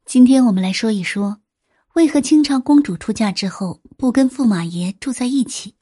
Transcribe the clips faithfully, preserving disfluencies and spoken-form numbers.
今天我们来说一说，为何清朝公主出嫁之后不跟驸马爷住在一起。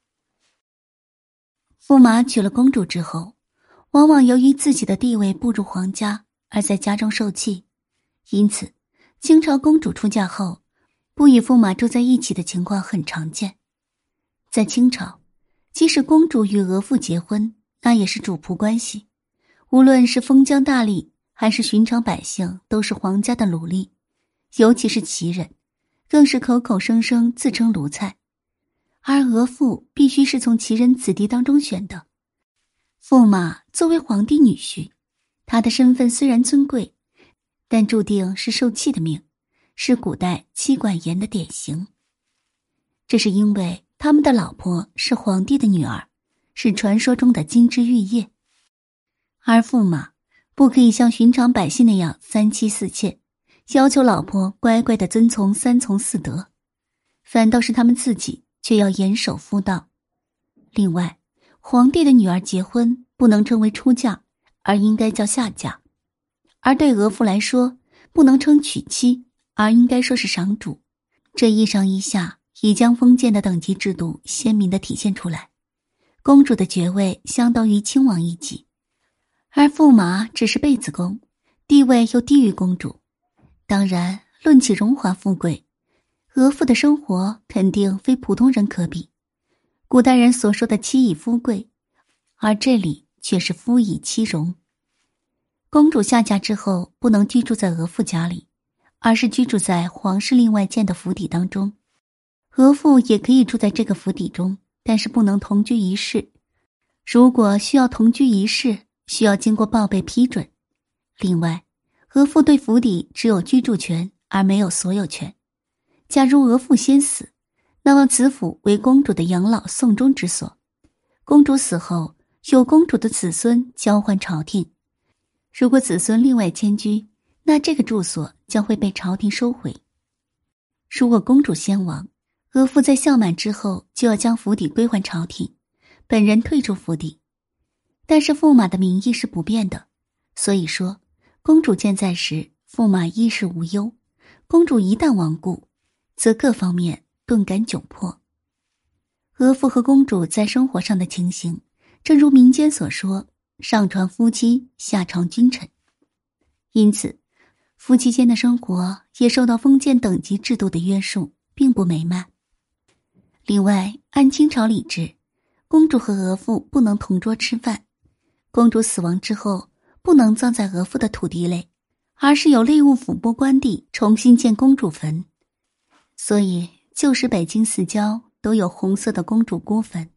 驸马娶了公主之后，往往由于自己的地位不如皇家，而在家中受气，因此清朝公主出嫁后不与驸马住在一起的情况很常见。在清朝，即使公主与额驸结婚，那也是主仆关系，无论是封疆大吏还是寻常百姓，都是皇家的奴隶，尤其是旗人，更是口口声声自称奴才。而额驸必须是从旗人子弟当中选的。驸马作为皇帝女婿，他的身份虽然尊贵，但注定是受气的命，是古代妻管严的典型。这是因为他们的老婆是皇帝的女儿，是传说中的金枝玉叶，而驸马不可以像寻常百姓那样三妻四妾，要求老婆乖乖地遵从三从四德，反倒是他们自己却要严守妇道。另外，皇帝的女儿结婚不能称为出嫁，而应该叫下嫁；而对额驸来说，不能称娶妻，而应该说是赏主。这一上一下，已将封建的等级制度鲜明地体现出来。公主的爵位相当于亲王一级，而驸马只是贝子公，地位又低于公主。当然，论起荣华富贵，额驸的生活肯定非普通人可比。古代人所说的妻以夫贵，而这里却是夫以妻荣。公主下嫁之后不能居住在额驸家里，而是居住在皇室另外建的府邸当中。额驸也可以住在这个府邸中，但是不能同居一室。如果需要同居一室，需要经过报备批准。另外，额驸对府邸只有居住权，而没有所有权。假如额驸先死，那么此府为公主的养老送终之所。公主死后，由公主的子孙交换朝廷。如果子孙另外迁居，那这个住所将会被朝廷收回。如果公主先亡，额驸在孝满之后就要将府邸归还朝廷，本人退出府邸。但是驸马的名义是不变的，所以说公主健在时，驸马衣食无忧；公主一旦亡故，则各方面顿感窘迫。额驸和公主在生活上的情形，正如民间所说，上床夫妻，下床君臣。因此，夫妻间的生活也受到封建等级制度的约束，并不美满。另外，按清朝礼制，公主和额驸不能同桌吃饭。公主死亡之后，不能葬在额驸的土地内，而是由内务府拨官地重新建公主坟。所以，旧时北京四郊都有红色的公主孤坟。